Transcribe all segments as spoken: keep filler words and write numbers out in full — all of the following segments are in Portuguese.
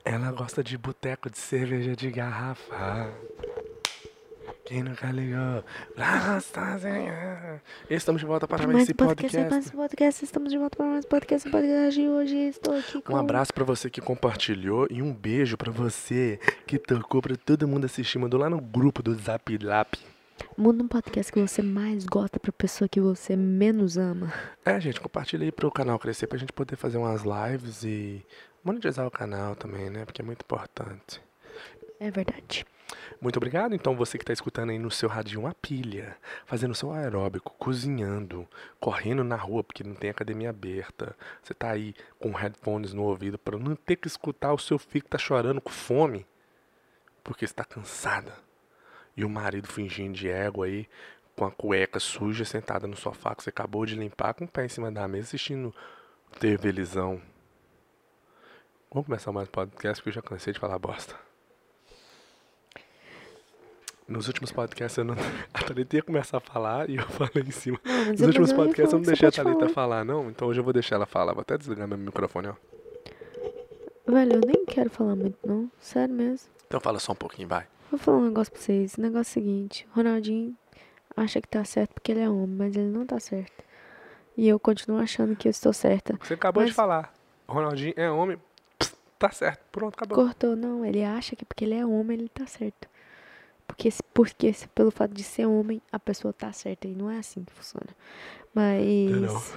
Ela gosta de boteco de cerveja de garrafa. Quem nunca ligou pra gostosinha? Estamos de volta para mais Mais esse um podcast, podcast. mais um podcast, estamos de volta para mais um podcast, podcast e hoje estou aqui com... Um abraço pra você que compartilhou e um beijo pra você que tocou pra todo mundo assistir. Mandou lá no grupo do Zap Lap. Manda um podcast que você mais gosta pra pessoa que você menos ama. É, gente, compartilha aí pro canal crescer pra gente poder fazer umas lives e monetizar o canal também, né? Porque é muito importante. É verdade. Muito obrigado. Então, você que está escutando aí no seu radinho uma pilha, fazendo seu aeróbico, cozinhando, correndo na rua porque não tem academia aberta. Você tá aí com headphones no ouvido para não ter que escutar o seu filho que tá chorando com fome porque está cansada. E o marido fingindo de égua aí, com a cueca suja, sentada no sofá que você acabou de limpar, com o pé em cima da mesa, assistindo televisão. Vamos começar mais um podcast porque eu já cansei de falar bosta. Nos últimos podcasts eu não... a Thalita ia começar a falar e eu falei em cima. Não, mas Nos eu- últimos mas eu ia podcasts eu falar não que você deixei a pode Thalita falar. falar, não. Então hoje eu vou deixar ela falar. Vou até desligar meu microfone, ó. Velho, eu nem quero falar muito não, sério mesmo. Então fala só um pouquinho, vai. Vou falar um negócio pra vocês, o negócio é o seguinte, Ronaldinho acha que tá certo porque ele é homem, mas ele não tá certo. E eu continuo achando que eu estou certa. Você acabou de Mas- falar. Ronaldinho é homem, pss, tá certo. Pronto, acabou. Cortou, não, ele acha que porque ele é homem ele tá certo. Porque, se- porque se- pelo fato de ser homem, a pessoa tá certa. E não é assim que funciona. Não. Mas.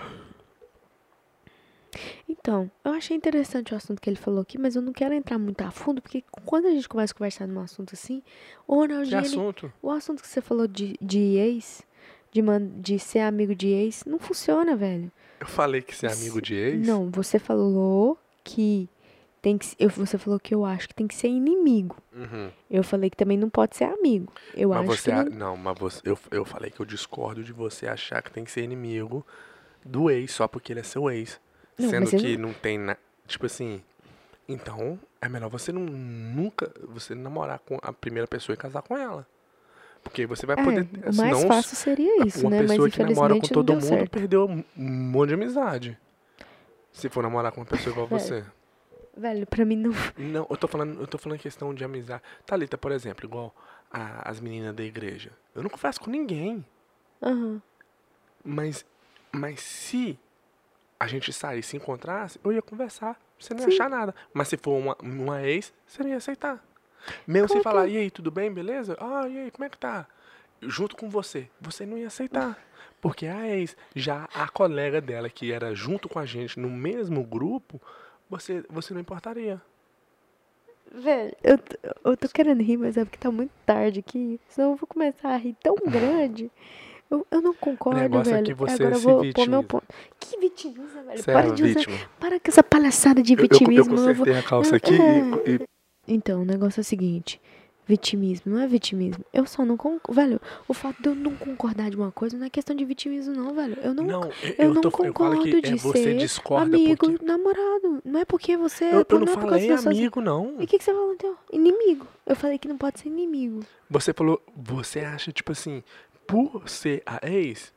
Então, eu achei interessante o assunto que ele falou aqui, mas eu não quero entrar muito a fundo, porque quando a gente começa a conversar num assunto assim, o Que Ronaldinho. ele- assunto? o assunto que você falou de, de ex, de, man, de ser amigo de ex, não funciona, velho. Eu falei que ser amigo de ex? Não, você falou que tem que. Eu, você falou que eu acho que tem que ser inimigo. Uhum. Eu falei que também não pode ser amigo. Eu Mas acho você... que a- não. Não, mas você... Eu, eu falei que eu discordo de você achar que tem que ser inimigo do ex só porque ele é seu ex. Não, Sendo mas eu que não- não tem... Na... Tipo assim... Então, é melhor você não nunca... Você namorar com a primeira pessoa e casar com ela. Porque você vai É, poder... o mais senão, fácil seria isso, uma né? Mas pessoa que namora com infelizmente não todo deu mundo certo. perdeu um um monte de amizade. Se for namorar com uma pessoa igual Velho. você. Velho, pra mim não. Não, eu tô falando, eu tô falando questão de amizade. Thalita, por exemplo, igual a- as meninas da igreja. Eu não converso com ninguém. Aham. Mas, mas se a gente sair e se encontrasse, eu ia conversar. Você não ia Sim. achar nada. Mas se for uma, uma ex, você não ia aceitar. Mesmo sem Claro que falar, não. e aí, tudo bem, beleza? Ah, e aí, como é que tá? Junto com você. Você não ia aceitar. Porque a ex, já a colega dela, que era junto com a gente no mesmo grupo, você, você não importaria. Velho, eu, t- eu tô querendo rir, mas é porque tá muito tarde aqui. Senão eu vou começar a rir tão grande. Eu, eu não concordo, negócio é velho. que você Agora eu se vou pôr vitimiza. meu ponto. Que vitimiza, velho? Você é Para a de usar. vítima. Para com essa palhaçada de Eu, eu, eu vitimismo. eu vou- consertei a calça aqui É. e, e Então, o negócio é o seguinte. Vitimismo, não é vitimismo. Eu só não concordo. Velho, o fato de eu não concordar de uma coisa não é questão de vitimismo, não, velho. Eu não, Não, eu, eu eu não tô, eu falo concordo que de é, você ser discorda amigo, porque... namorado. Não é porque você. Eu, eu por- não é por causa falei das suas- amigo, não. E o que, que você falou então? Inimigo. Eu falei que não pode ser inimigo. Você falou, você acha, tipo assim, por ser a ex,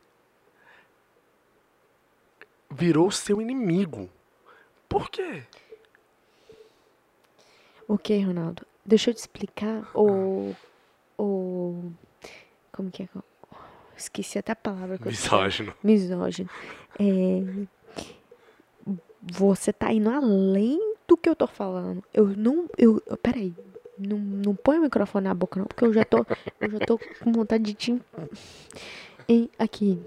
virou seu inimigo. Por quê? Ok, Ronaldo. Deixa eu te explicar o. O. Como que é? que eu- Esqueci até a palavra que eu Misógino. Misógino. É, você tá indo além do que eu tô falando. Eu não. Eu, eu- peraí. Não, não põe o microfone na boca, não, porque eu já tô. Eu já tô com vontade de te. Em, aqui.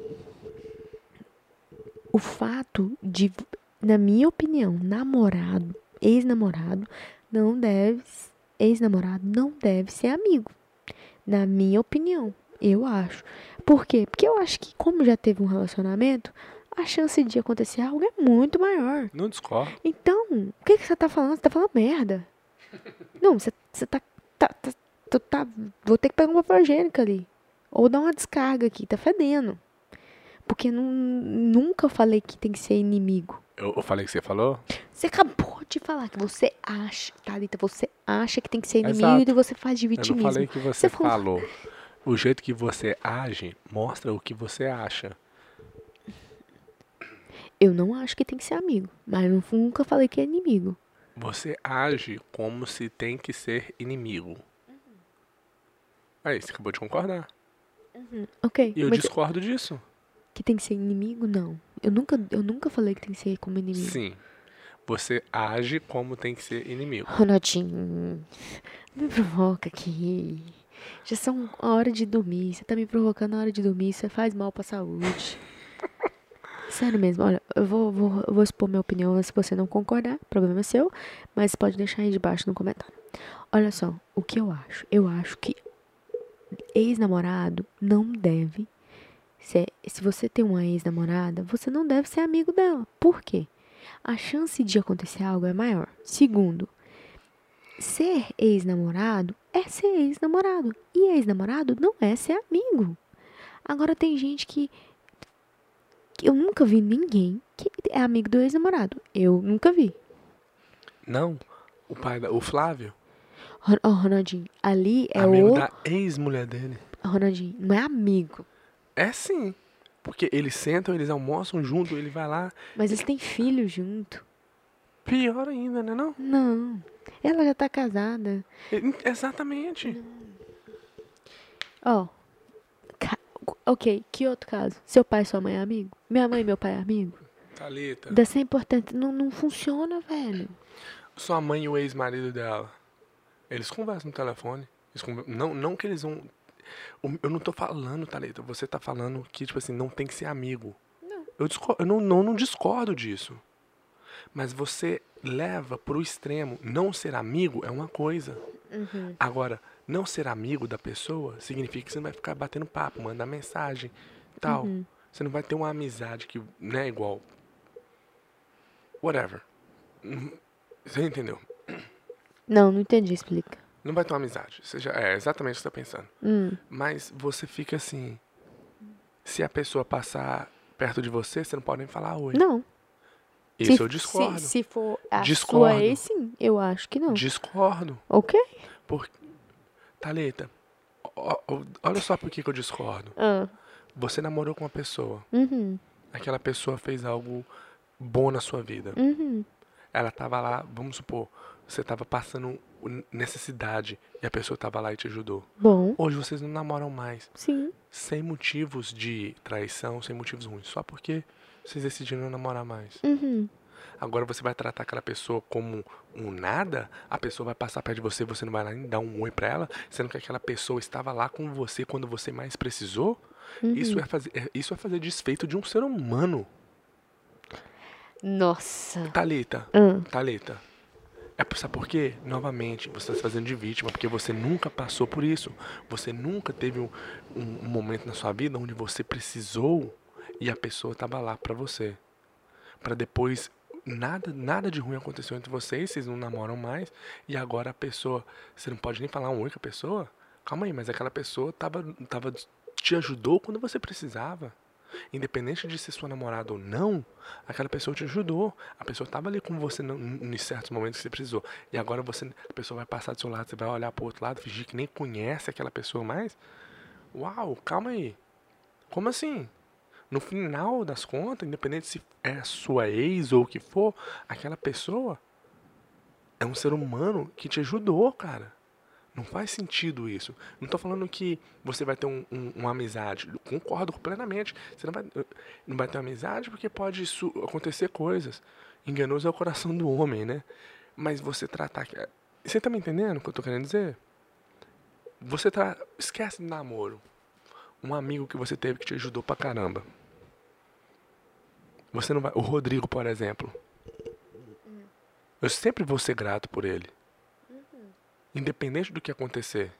O fato de, na minha opinião, namorado, ex-namorado, não deve. Ex-namorado não deve ser amigo. Na minha opinião. Eu acho. Por quê? Porque eu acho que, como já teve um relacionamento, a chance de acontecer algo é muito maior. Não discordo. Então, o que, que você tá falando? Você tá falando merda. Não, você, você tá, tá, tá, tu tá. Vou ter que pegar uma higiênica ali. Ou dar uma descarga aqui, tá fedendo. Porque nu- nunca falei que tem que ser inimigo. Eu, eu falei que você falou? Você acabou de falar que você acha, Thalita, você acha que tem que ser inimigo Exato. e você faz de Eu não vitimismo. falei que você, Você falou- falou. O jeito que você age mostra o que você acha. Eu não acho que tem que ser amigo, mas eu nunca falei que é inimigo. Você age como se tem que ser inimigo. Aí, você acabou de concordar. Ok, E eu mas discordo disso. que tem que ser inimigo, não. Eu nunca, eu nunca falei que tem que ser como inimigo. Sim. Você age como tem que ser inimigo. Ronaldinho, não me provoca aqui. Já são a hora de dormir. Você tá me provocando na hora de dormir. Isso faz mal pra saúde. Sério mesmo, olha, eu vou, vou, eu vou expor minha opinião. Se você não concordar, problema é seu. Mas pode deixar aí debaixo no comentário. Olha só, o que eu acho? Eu acho que ex-namorado não deve ser. Se você tem uma ex-namorada, você não deve ser amigo dela. Por quê? A chance de acontecer algo é maior. Segundo, ser ex-namorado é ser ex-namorado. E ex-namorado não é ser amigo. Agora tem gente que, que eu nunca vi ninguém que é amigo do ex-namorado. Eu nunca vi. Não. O pai da. O Flávio. Ron- Ó, Ronaldinho, ali é Amigo o. da ex-mulher dele. Ronaldinho, não é amigo. É sim. Porque eles sentam, eles almoçam junto, ele vai lá. Mas eles têm filho junto. Pior ainda, né não? Não. Ela já tá casada. Ele- Exatamente. Ó. ca- Ok, que outro caso? Seu pai e sua mãe é amigo? Minha mãe e meu pai é amigo? Thalita. Deve ser importante. Não, não funciona, velho. Sua mãe e o ex-marido dela. Eles conversam no telefone. Eles conver- Não, não que eles vão. O- Eu não tô falando, Thalita. Você tá falando que, tipo assim, não tem que ser amigo. Não. Eu, discor- eu não, não, não discordo disso. Mas você leva pro extremo. Não ser amigo é uma coisa. Agora, não ser amigo da pessoa significa que você não vai ficar batendo papo, mandar mensagem, tal. Você não vai ter uma amizade que, né, igual. Whatever. Hum, Você entendeu? Não, não entendi, explica. Não vai ter uma amizade. Você já, é exatamente o que você tá pensando. Hum. Mas você fica assim. Se a pessoa passar perto de você, você não pode nem falar oi. Não. Isso se, eu discordo. Se, se for a Discordo. sua ex, sim. Eu acho que não. Discordo. Ok? Por... Thalita, ó- ó- olha só por que que eu discordo. Ah. Você namorou com uma pessoa. Uhum. Aquela pessoa fez algo bom na sua vida. Uhum. Ela tava lá, vamos supor, você tava passando necessidade e a pessoa tava lá e te ajudou. Bom. Hoje vocês não namoram mais. Sim. Sem motivos de traição, sem motivos ruins. Só porque vocês decidiram não namorar mais. Uhum. Agora você vai tratar aquela pessoa como um nada, a pessoa vai passar perto de você, você não vai lá nem dar um oi pra ela, sendo que aquela pessoa estava lá com você quando você mais precisou. Isso, é fazer, é- isso é fazer desfeito de um ser humano. Nossa. Thalita, Ah. Thalita. É por, sabe por quê? Novamente, você está se fazendo de vítima, porque você nunca passou por isso. Você nunca teve um, um- um momento na sua vida onde você precisou e a pessoa estava lá pra você. Pra depois, nada, nada de ruim aconteceu entre vocês, vocês não namoram mais, e agora a pessoa, você não pode nem falar um oi com a pessoa? Calma aí, mas aquela pessoa tava, tava, te ajudou quando você precisava. Independente de ser sua namorada ou não, aquela pessoa te ajudou. A pessoa estava ali com você em certos momentos que você precisou. E agora você, a pessoa vai passar do seu lado, você vai olhar pro outro lado, fingir que nem conhece aquela pessoa mais. Uau, calma aí. Como assim? No final das contas, independente se é sua ex ou o que for, aquela pessoa é um ser humano que te ajudou, cara. Não faz sentido isso. Não tô falando que você vai ter um, um- uma amizade. Eu concordo plenamente. Você não vai, não vai ter uma amizade porque pode su- acontecer coisas. Enganoso é o coração do homem, né? Mas você tratar... Você tá me entendendo o que eu tô querendo dizer? Você tra... Esquece do namoro. Um amigo que você teve que te ajudou pra caramba. Você não vai... O Rodrigo, por exemplo. Eu sempre vou ser grato por ele. Independente do que acontecer.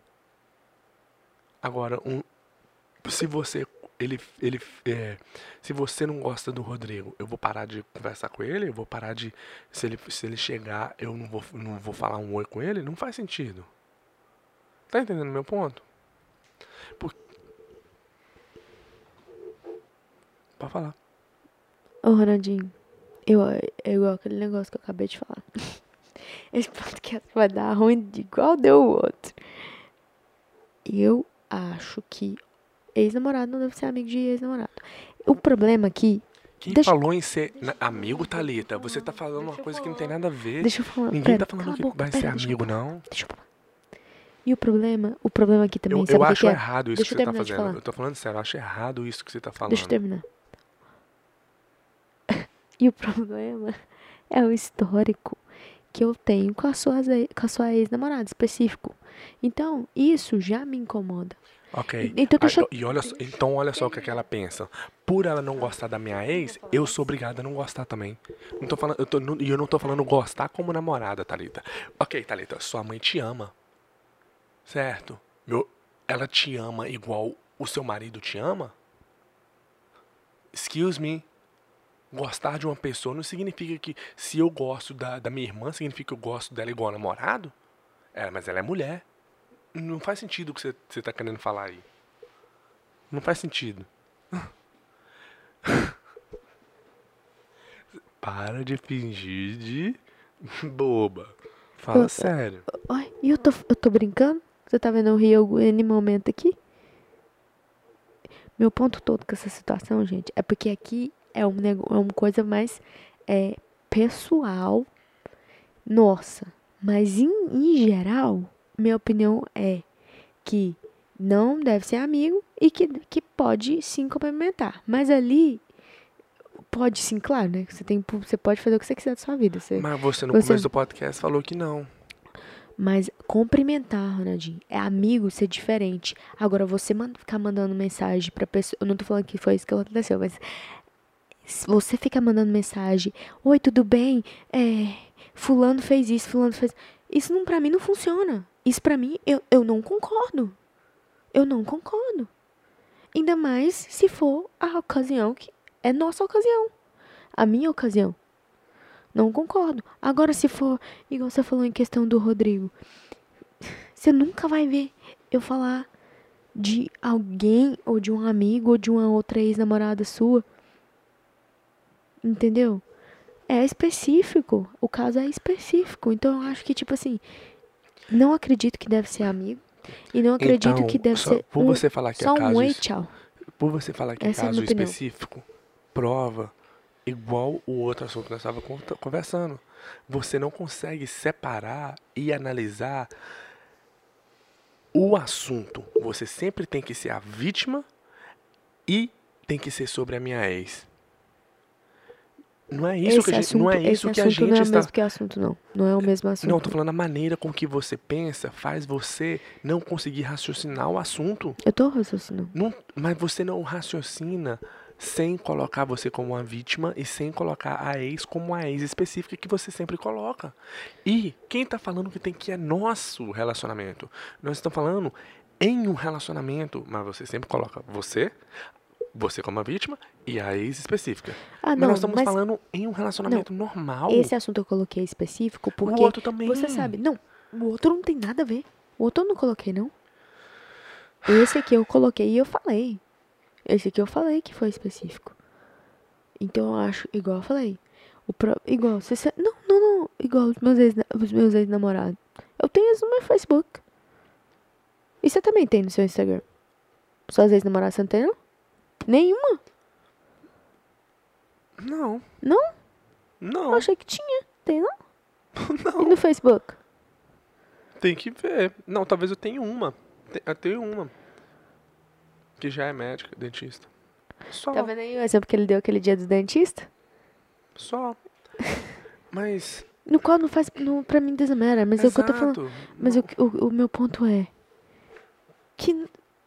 Agora, um, se você ele, ele é, se você não gosta do Rodrigo, eu vou parar de conversar com ele, eu vou parar de se ele se ele chegar, eu não vou não vou falar um oi com ele, não faz sentido. Tá entendendo o meu ponto? Por... Pode falar. Ô, Ronaldinho, eu, é igual aquele negócio que eu acabei de falar. Esse podcast vai dar ruim de igual deu o outro. Eu acho que ex-namorado não deve ser amigo de ex-namorado. O problema aqui Quem Deixa- falou em ser na- amigo, Thalita? Você tá falando uma Deixa eu coisa que não falar. tem nada a ver. Deixa eu falar. Ninguém Pera, tá falando cala a que boca, vai pera, ser deixa eu amigo, falar. não. Deixa eu falar. E o problema, o problema aqui também, Eu, sabe eu o que acho que é? errado isso Deixa que eu você tá terminar de fazendo. falar. Eu tô falando sério, eu acho errado isso que você tá Deixa eu falando. terminar. E o problema é o histórico que eu tenho com a sua, com a sua ex-namorada específico. Então, isso já me incomoda. Ok. Então, Ah, deixa eu... e olha, só- então olha só o que, é que ela pensa. Por ela não gostar da minha ex, eu sou obrigada a não gostar também. Não tô falando, eu tô, não- e eu não tô falando gostar como namorada, Thalita. Ok, Thalita, sua mãe te ama. Certo? Meu, ela te ama igual o seu marido te ama? Excuse me. Gostar de uma pessoa não significa que se eu gosto da, da minha irmã, significa que eu gosto dela igual namorado? É, mas ela é mulher. Não faz sentido o que você, você tá querendo falar aí. Não faz sentido. Para de fingir de boba. Fala eu- sério. Ai, e eu tô, eu tô brincando? Você tá vendo eu rir algum any momento aqui? Meu ponto todo com essa situação, gente, é porque aqui é, um nego, é uma coisa mais é, pessoal, nossa. Mas em, em geral, minha opinião é que não deve ser amigo e que, que pode sim complementar. Mas ali, pode sim, claro, né? Você, tem, você pode fazer o que você quiser da sua vida. Você, Mas você no você, começo do podcast falou que não. Mas cumprimentar, Ronaldinho, é amigo ser diferente. Agora, você man- ficar mandando mensagem pra pessoa. Eu não tô falando que foi isso que aconteceu, mas se você fica mandando mensagem: Oi, tudo bem? É, fulano fez isso, fulano fez. Isso não, pra mim não funciona. Isso pra mim, eu, eu não concordo. Eu não concordo. Ainda mais se for a ocasião que é nossa ocasião. A minha ocasião. Não concordo. Agora, se for, igual você falou em questão do Rodrigo, você nunca vai ver eu falar de alguém, ou de um amigo, ou de uma outra ex-namorada sua. Entendeu? É específico. O caso é específico. Então eu acho que, tipo assim, não acredito que deve ser amigo. E não acredito que Então, deve só ser por um, você falar que é só um caso, oi, es- tchau. por você falar que é Essa é a caso minha opinião. específico, prova igual o outro assunto que nós estávamos conversando. Você não consegue separar e analisar o assunto. Você sempre tem que ser a vítima e tem que ser sobre a minha ex. Não é isso que Esse a gente, não assunto, é esse isso que a assunto não gente é o está. mesmo que assunto, não. Não é o mesmo Não, eu tô assunto. falando a maneira com que você pensa faz você não conseguir raciocinar o assunto. Eu tô raciocinando. Não, mas você não raciocina sem colocar você como uma vítima e sem colocar a ex como a ex específica que você sempre coloca. E quem tá falando que tem que é nosso relacionamento? Nós estamos falando em um relacionamento, mas você sempre coloca você, você como a vítima e a ex específica. Ah, Mas não, nós estamos mas falando em um não. relacionamento normal. Esse assunto eu coloquei específico O porque outro também. você sabe. Não, o outro não tem nada a ver. O outro eu não coloquei, não. Esse aqui eu coloquei e eu falei. Esse aqui eu falei que foi específico. Então eu acho, igual eu falei. O pro, igual, você, sa- não, não, não. Igual os meus ex, os meus ex-namorados. Eu tenho eles no meu Facebook. E você também tem no seu Instagram? Suas ex-namoradas você não tem, não? Nenhuma? Não, Não? não, Eu achei que tinha. Tem, não? E não. no Facebook? Tem que ver. Não, talvez eu tenha uma. Te- Eu tenho uma. Que já é médica, dentista. Só, Tá vendo aí o exemplo que ele deu aquele dia do dentista? só. Mas, No qual não faz, no, pra mim, doesn't matter. Mas é o que eu tô falando. exato. Mas Não- o, o, o meu ponto é que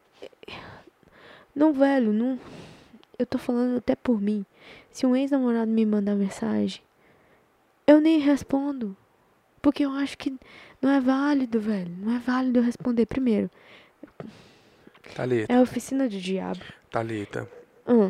não, velho, não. Eu tô falando até por mim. Se um ex-namorado me mandar mensagem, eu nem respondo. Porque eu acho que não é válido, velho. Não é válido eu responder. Primeiro, Thalita, é a oficina do diabo. Thalita, Hum,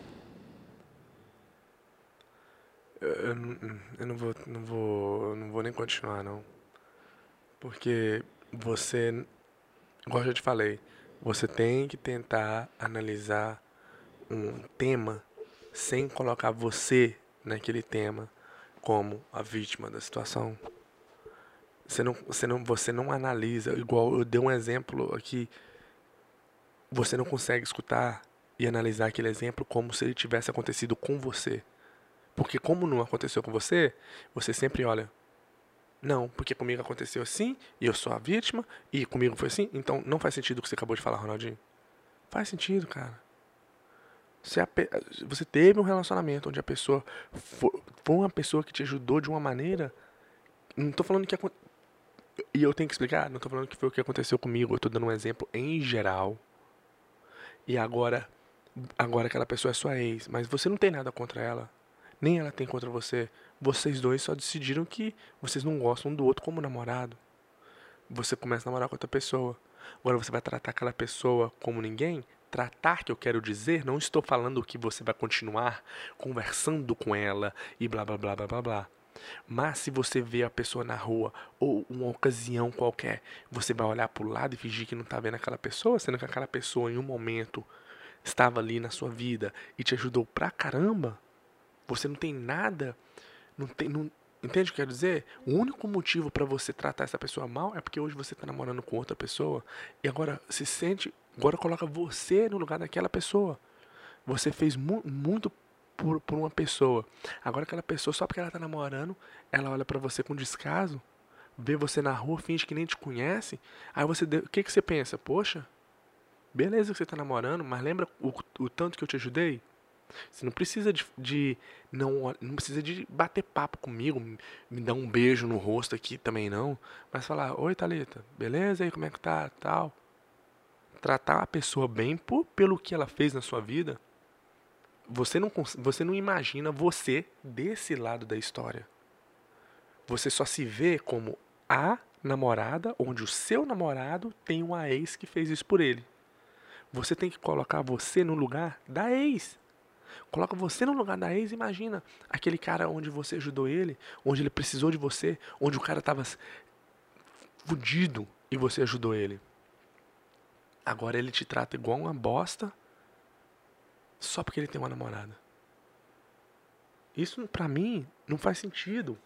eu, eu não- eu não vou, não vou, eu não vou nem continuar, não. Porque você, igual eu já te falei, você tem que tentar analisar um tema sem colocar você naquele tema como a vítima da situação. Você não, você não, você não analisa, igual eu dei um exemplo aqui, você não consegue escutar e analisar aquele exemplo como se ele tivesse acontecido com você. Porque como não aconteceu com você, você sempre olha, não, porque comigo aconteceu assim, e eu sou a vítima, e comigo foi assim, então não faz sentido o que você acabou de falar, Ronaldinho. Faz sentido, cara. Você, ape- você teve um relacionamento onde a pessoa foi, foi uma pessoa que te ajudou de uma maneira. Não tô falando que acon- e eu tenho que explicar, não tô falando que foi o que aconteceu comigo, eu tô dando um exemplo em geral. E agora, agora aquela pessoa é sua ex, mas você não tem nada contra ela, nem ela tem contra você. Vocês dois só decidiram que vocês não gostam um do outro como namorado. Você começa a namorar com outra pessoa. Agora você vai tratar aquela pessoa como ninguém? Tratar, que eu quero dizer, não estou falando que você vai continuar conversando com ela e blá blá blá blá blá blá. Mas se você vê a pessoa na rua ou uma ocasião qualquer, você vai olhar pro lado e fingir que não tá vendo aquela pessoa, sendo que aquela pessoa em um momento estava ali na sua vida e te ajudou pra caramba. Você não tem nada, não tem, não, entende o que eu quero dizer? O único motivo pra você tratar essa pessoa mal é porque hoje você tá namorando com outra pessoa e agora se sente, agora coloca você no lugar daquela pessoa. Você fez mu muito por, por uma pessoa. Agora aquela pessoa, só porque ela tá namorando, ela olha pra você com descaso, vê você na rua, finge que nem te conhece. Aí você, o que que você pensa? Poxa, beleza que você tá namorando, mas lembra o, o tanto que eu te ajudei? Você não precisa de, de não, não precisa de bater papo comigo, me, me dar um beijo no rosto aqui também não, mas falar, oi Thalita, beleza aí, como é que tá, tal. Tratar a pessoa bem por, pelo que ela fez na sua vida. Você não, você não imagina você desse lado da história. Você só se vê como a namorada, onde o seu namorado tem uma ex que fez isso por ele. Você tem que colocar você no lugar da ex. Coloca você no lugar da ex, imagina aquele cara onde você ajudou ele, onde ele precisou de você, onde o cara tava fudido e você ajudou ele. Agora ele te trata igual uma bosta só porque ele tem uma namorada. Isso pra mim não faz sentido.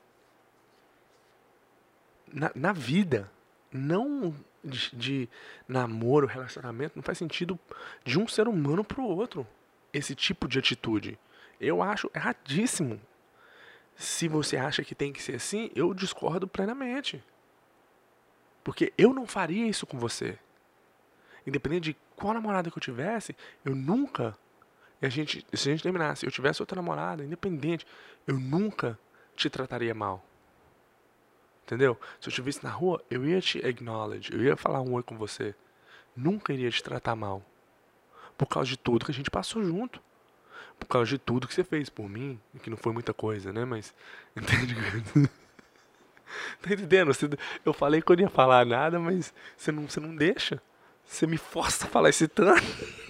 Na, na vida, não de, de namoro, relacionamento, não faz sentido de um ser humano pro outro esse tipo de atitude. Eu acho erradíssimo. Se você acha que tem que ser assim, eu discordo plenamente. Porque eu não faria isso com você. Independente de qual namorada que eu tivesse, eu nunca. E a gente, se a gente terminasse, eu tivesse outra namorada, independente, eu nunca te trataria mal. Entendeu? Se eu te visse na rua, eu ia te acknowledge, eu ia falar um oi com você. Nunca iria te tratar mal. Por causa de tudo que a gente passou junto. Por causa de tudo que você fez por mim. Que não foi muita coisa, né? Mas. Entende? Tá entendendo? Você, eu falei que eu não ia falar nada, mas você não, você não deixa. Você me força a falar esse tanto.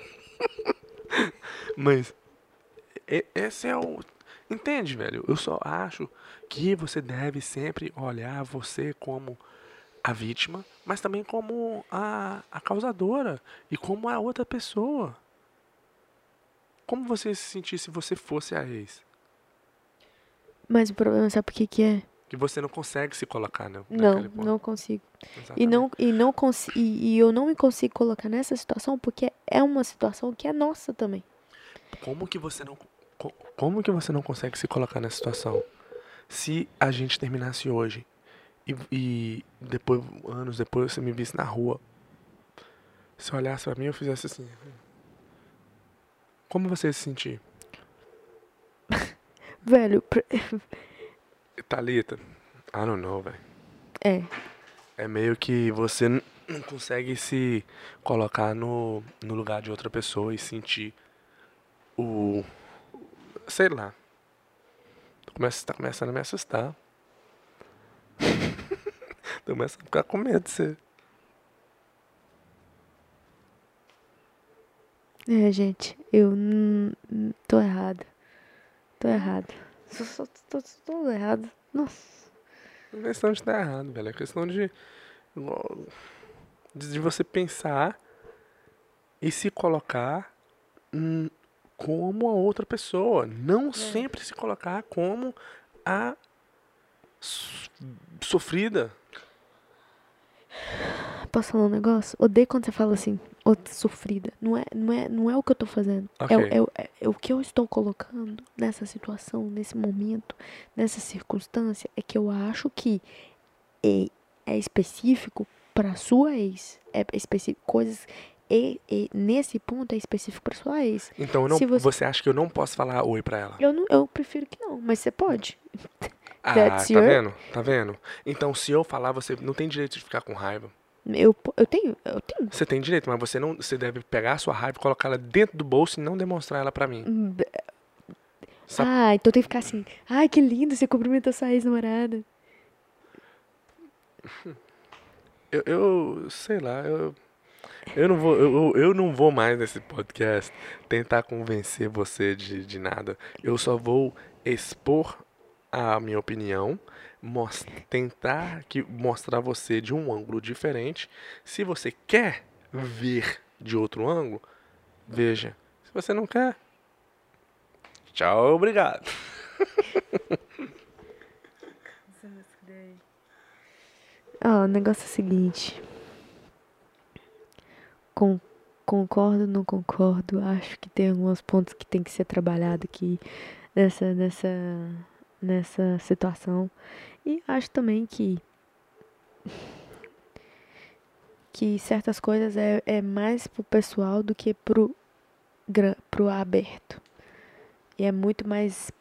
Mas. E- esse é o. Entende, velho? Eu só acho que você deve sempre olhar você como a vítima, mas também como a, a causadora e como a outra pessoa. Como você se sentir se você fosse a ex? Mas o problema, sabe por que que é? Que você não consegue se colocar na, Não, naquele ponto. não consigo. E Exatamente. não, e não consi e, e eu não me consigo colocar nessa situação porque é uma situação que é nossa também. Como que você não. co- Como que você não consegue se colocar nessa situação? Se a gente terminasse hoje e, e depois, anos depois, você me visse na rua, se olhasse pra mim e eu fizesse assim. Como você ia se sentir? Velho, pr- Thalita, I don't know, velho. é. É meio que você n- não consegue se colocar no, no lugar de outra pessoa e sentir o. Sei lá. Começa, tá começando a me assustar. Tô começando a ficar com medo de você. É, gente, eu n- n- tô errada. Tô errada. Só, só, tô, tô, tô errada. Nossa. Não é questão de estar errado, velho. É questão de. De de você pensar e se colocar hum, como a outra pessoa. Não sempre se colocar como a s- sofrida. posso falar um negócio? Odeio quando você fala assim, ô sofrida. Não é, não é, não é o que eu tô fazendo. É, o- Ok. é, o- é, é o que eu estou colocando nessa situação, nesse momento, nessa circunstância, é que eu acho que é, é específico pra sua ex. É específico, coisas. E, e nesse ponto é específico pra sua ex. Então eu não, Se você. você acha que eu não posso falar oi pra ela? Eu, não, eu prefiro que não, mas você pode. Ah, That's tá your. vendo? Tá vendo? Então se eu falar, você não tem direito de ficar com raiva. Eu, po- eu tenho. Eu tenho. Você tem direito, mas você não, você deve pegar a sua raiva, colocar ela dentro do bolso e não demonstrar ela pra mim. Hum, Sabe? Ah, então tem que ficar assim. Ai, que lindo, você cumprimentou sua ex-namorada. Eu, eu sei lá, eu, eu não vou, eu, eu eu não vou mais nesse podcast tentar convencer você de, de nada. Eu só vou expor a minha opinião, mos- tentar que, mostrar você de um ângulo diferente. Se você quer ver de outro ângulo, veja. Se você não quer, tchau, obrigado. Ó, o negócio é o seguinte. Com, concordo, não concordo. Acho que tem alguns pontos que tem que ser trabalhado aqui nessa, nessa, nessa situação. E acho também que, que certas coisas é, é mais pro pessoal do que pro, gra- pro aberto. E é muito mais.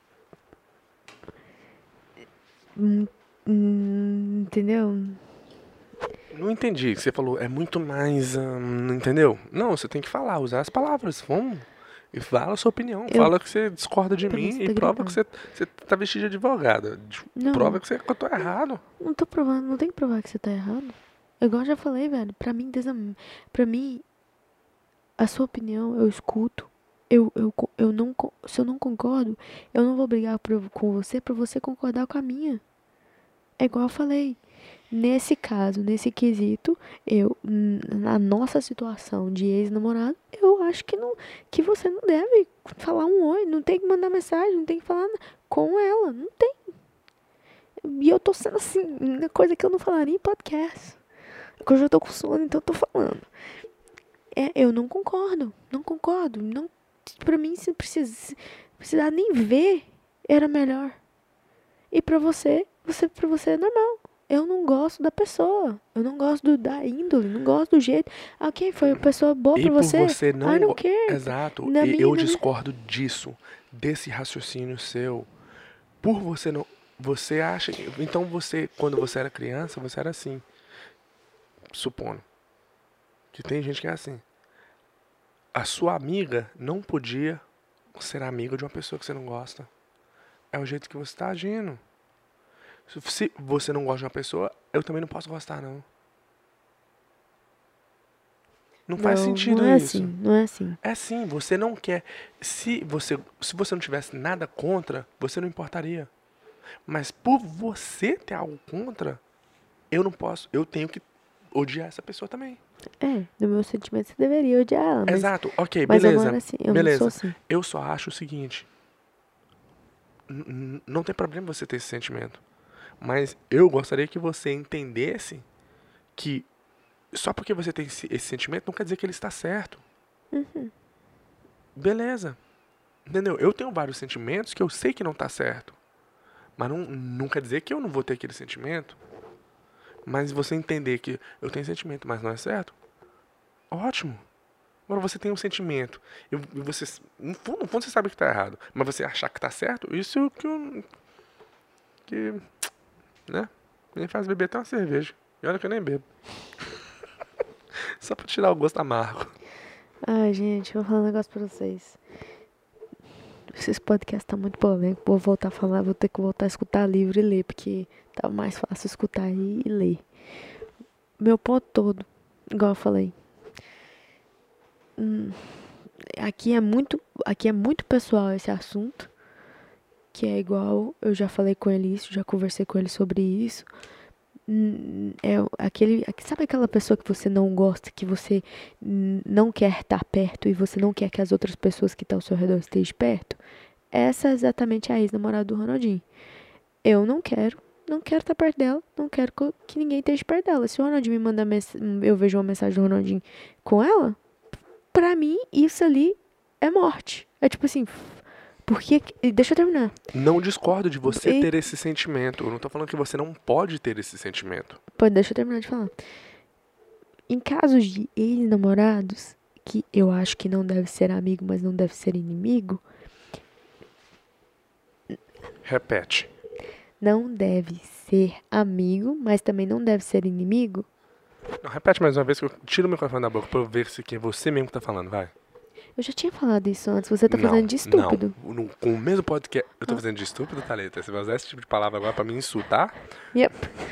hum, hum, Entendeu? Não entendi. Você falou, é muito mais. hum, não entendeu? Não, você tem que falar, usar as palavras. Vamos. E fala a sua opinião. Eu. Fala que você discorda de Pra mim, mim você e tá prova que gritando. você, você tá vestido de advogada. De- Prova Não, que, você, que eu tô errado. não tô provando, não tem que provar que você tá errado. Igual eu já falei, velho. Pra mim, desam... pra mim, a sua opinião eu escuto. Eu, eu, co- eu não, co- se eu não concordo, eu não vou brigar por- com você pra você concordar com a minha. É igual eu falei. Nesse caso, nesse quesito, eu, n- na nossa situação de ex-namorado, eu acho que não, que você não deve falar um oi, não tem que mandar mensagem, não tem que falar na- com ela, não tem. E eu tô sendo assim, uma coisa que eu não falaria em podcast. Porque eu já tô com sono, então eu tô falando. É, eu não concordo, não concordo. Não, pra mim, se precisa, precisar nem ver, era melhor. E pra você, você, pra você é normal. Eu não gosto da pessoa. Eu não gosto do, da índole, não gosto do jeito. Ah, ok, foi uma pessoa boa E pra por você. você I não. don't go- care. Exato. Na e minha, Eu na minha... discordo disso. Desse raciocínio seu. Por você não. Você acha. que- Então você, quando você era criança, você era assim. Supondo. Que tem gente que é assim. A sua amiga não podia ser amiga de uma pessoa que você não gosta. É o jeito que você tá agindo. Se você não gosta de uma pessoa, eu também não posso gostar, não. Não faz Não, não sentido é isso. assim, não é assim. É sim, você não quer. Se você, se você não tivesse nada contra, você não importaria. Mas por você ter algo contra, eu não posso. Eu tenho que odiar essa pessoa também. É, no meu sentimento você deveria odiar ela, mas, Exato, ok, mas eu não beleza. era assim, eu não sou Beleza. assim. Eu só acho o seguinte. n- n- Não tem problema você ter esse sentimento. Mas eu gostaria que você entendesse que só porque você tem esse, esse sentimento não quer dizer que ele está certo. Beleza. Entendeu? Eu tenho vários sentimentos que eu sei que não tá certo. Mas não, não quer dizer que eu não vou ter aquele sentimento. Mas você entender que eu tenho sentimento, mas não é certo, ótimo. Agora você tem um sentimento e e você, no fundo, no fundo você sabe que tá errado, mas você achar que tá certo, isso que eu, que, né, me faz beber até uma cerveja. E olha que eu nem bebo. Só pra tirar o gosto amargo. Ai, gente, vou falar um negócio pra vocês. Esse podcast tá muito polêmico. Vou voltar a falar, vou ter que voltar a escutar livro e ler, porque tá mais fácil escutar aí e ler. Meu ponto todo, igual eu falei. Hum, aqui é muito, aqui é muito pessoal esse assunto, que é igual, eu já falei com ele isso, já conversei com ele sobre isso. Hum, É aquele, sabe aquela pessoa que você não gosta, que você hum, não quer estar perto e você não quer que as outras pessoas que estão ao seu redor estejam perto? Essa é exatamente a ex-namorada do Ronaldinho. Eu não quero não quero estar perto dela, não quero co- que ninguém esteja perto dela. Se o Ronaldinho me mandar mens- eu vejo uma mensagem do Ronaldinho com ela, pra mim, isso ali é morte. É tipo assim, porque. Deixa eu terminar. Não discordo de você E- ter esse sentimento. Eu não tô falando que você não pode ter esse sentimento. Pô, deixa eu terminar de falar. Em casos de ex-namorados, que eu acho que não deve ser amigo, mas não deve ser inimigo, Repete. não deve ser amigo, mas também não deve ser inimigo. Não, repete mais uma vez que eu tiro o microfone da boca pra eu ver se que é você mesmo que tá falando, vai. Eu já tinha falado isso antes, você tá Não, fazendo de estúpido. Não, no- com o mesmo podcast. Eu tô Ah. fazendo de estúpido, Thalita? Você vai usar esse tipo de palavra agora pra me insultar? Yep.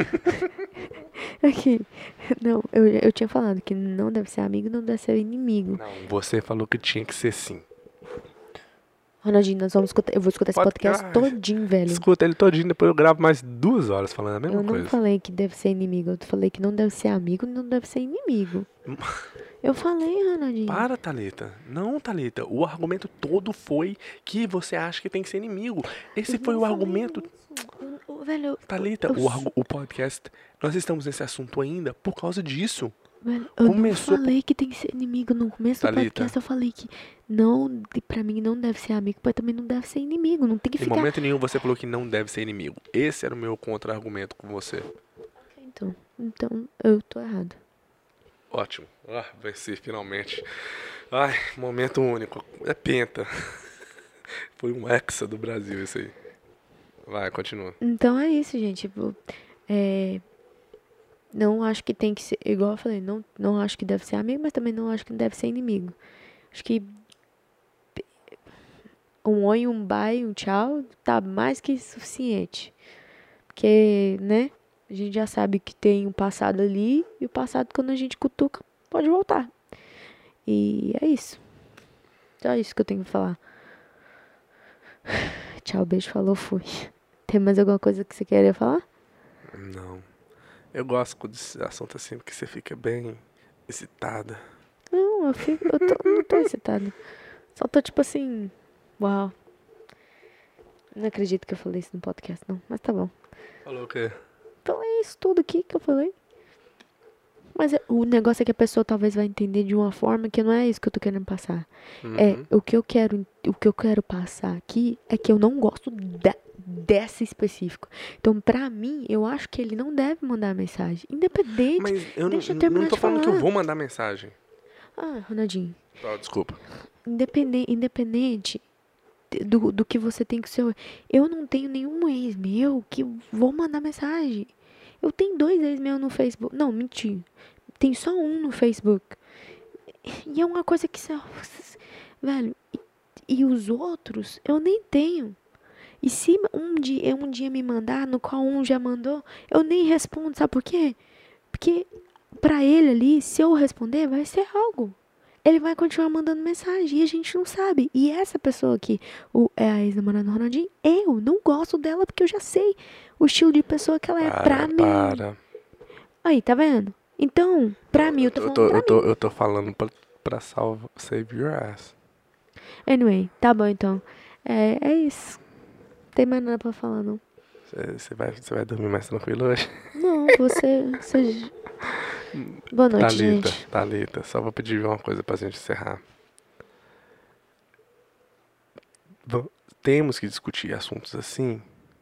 Aqui. Não, eu, eu tinha falado que não deve ser amigo, não deve ser inimigo. Não, você falou que tinha que ser sim. Ronaldinho, nós vamos escutar, eu vou escutar esse Podcast. podcast todinho, velho. Escuta ele todinho, depois eu gravo mais duas horas falando a mesma Eu não coisa. falei que deve ser inimigo, eu falei que não deve ser amigo, não deve ser inimigo. Eu falei, Ronaldinho. Para, Thalita. Não, Thalita. O argumento todo foi que você acha que tem que ser inimigo. Esse Eu foi não o falei argumento. isso. Eu- eu- velho, eu- Thalita, eu- o, argu- o podcast. Nós estamos nesse assunto ainda por causa disso. velho, eu começou não falei que tem que ser inimigo. No começo do Thalita. podcast eu falei que não, de- pra mim não deve ser amigo, mas também não deve ser inimigo. Não tem que Em ficar. momento nenhum você falou que não deve ser inimigo. Esse era o meu contra-argumento com você. Então, então eu tô errado. Ótimo. Ah, venci finalmente. Ai, momento único. É penta. Foi um hexa do Brasil isso aí. Vai, continua. Então é isso, gente. Tipo, é, não acho que tem que ser. Igual eu falei, não, não acho que deve ser amigo, mas também não acho que deve ser inimigo. Acho que um oi, um bye, um tchau tá mais que suficiente. Porque, né? A gente já sabe que tem um passado ali e o passado, quando a gente cutuca, pode voltar. E é isso. Só isso que eu tenho que falar. Tchau, beijo, falou, fui. Tem mais alguma coisa que você queria falar? Não. Eu gosto desse assunto assim, porque você fica bem excitada. Não, eu, fico, eu tô, não tô excitada. Só tô tipo assim. Uau. Não acredito que eu falei isso no podcast, não. Mas tá bom. Falou o quê? Falei isso tudo aqui que eu falei. Mas é- o negócio é que a pessoa talvez vai entender de uma forma que não é isso que eu tô querendo passar. É, Uhum. o que eu quero, o que eu quero passar aqui é que eu não gosto da, dessa específico. Então, pra mim, eu acho que ele não deve mandar mensagem. Independente. Mas eu não, Deixa eu terminar não tô de falando que eu falar. vou mandar mensagem. Ah, Ronaldinho. Tá, desculpa. Independente, independente do, do que você tem com o seu. Eu não tenho nenhum ex meu que vou mandar mensagem. Eu tenho dois ex meus no Facebook. Não, mentira. Tem só um no Facebook. E é uma coisa que. Você, velho. E, e os outros eu nem tenho. E se um dia, um dia me mandar, no qual um já mandou, eu nem respondo. Sabe por quê? Porque pra ele ali, se eu responder, vai ser algo. Ele vai continuar mandando mensagem e a gente não sabe. E essa pessoa aqui, o, é a ex-namorada do Ronaldinho, eu não gosto dela porque eu já sei o estilo de pessoa que ela é pra Para, mim. para. Aí, tá vendo? Então, pra mim, eu tô Eu falando tô, pra eu tô, mim. eu tô falando pra, pra salva, save your ass. Anyway, tá bom então. É, é isso. Não tem mais nada pra falar, não. Você vai, você vai dormir mais tranquilo hoje? Não, você... você... Boa noite, Thalita, gente. Thalita, só vou pedir uma coisa pra gente encerrar. Va- Temos que discutir assuntos assim?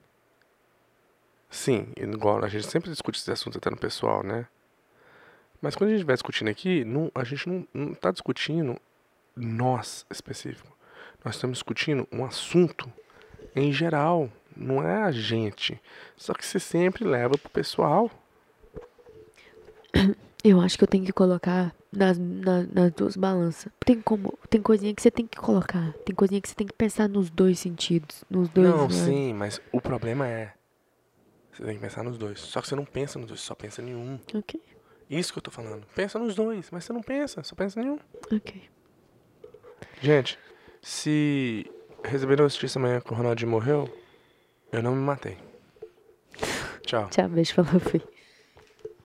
Sim, igual a gente sempre discute esses assuntos até no pessoal, né? Mas quando a gente vai discutindo aqui, não, a gente não, não tá discutindo nós específico. Nós estamos discutindo um assunto em geral, não é a gente. Só que você sempre leva pro pessoal. Eu acho que eu tenho que colocar nas, na- nas duas balanças. Tem como, tem coisinha que você tem que colocar. Tem coisinha que você tem que pensar nos dois sentidos. Nos dois Não, lados. sim, mas o problema é. Você tem que pensar nos dois. Só que você não pensa nos dois, só pensa em um. Ok, Isso que eu tô falando. Pensa nos dois, mas você não pensa, só pensa em um. ok. Gente, se receberam a notícia amanhã que o Ronaldinho morreu, eu não me matei. Tchau. Tchau, beijo, falou, fui.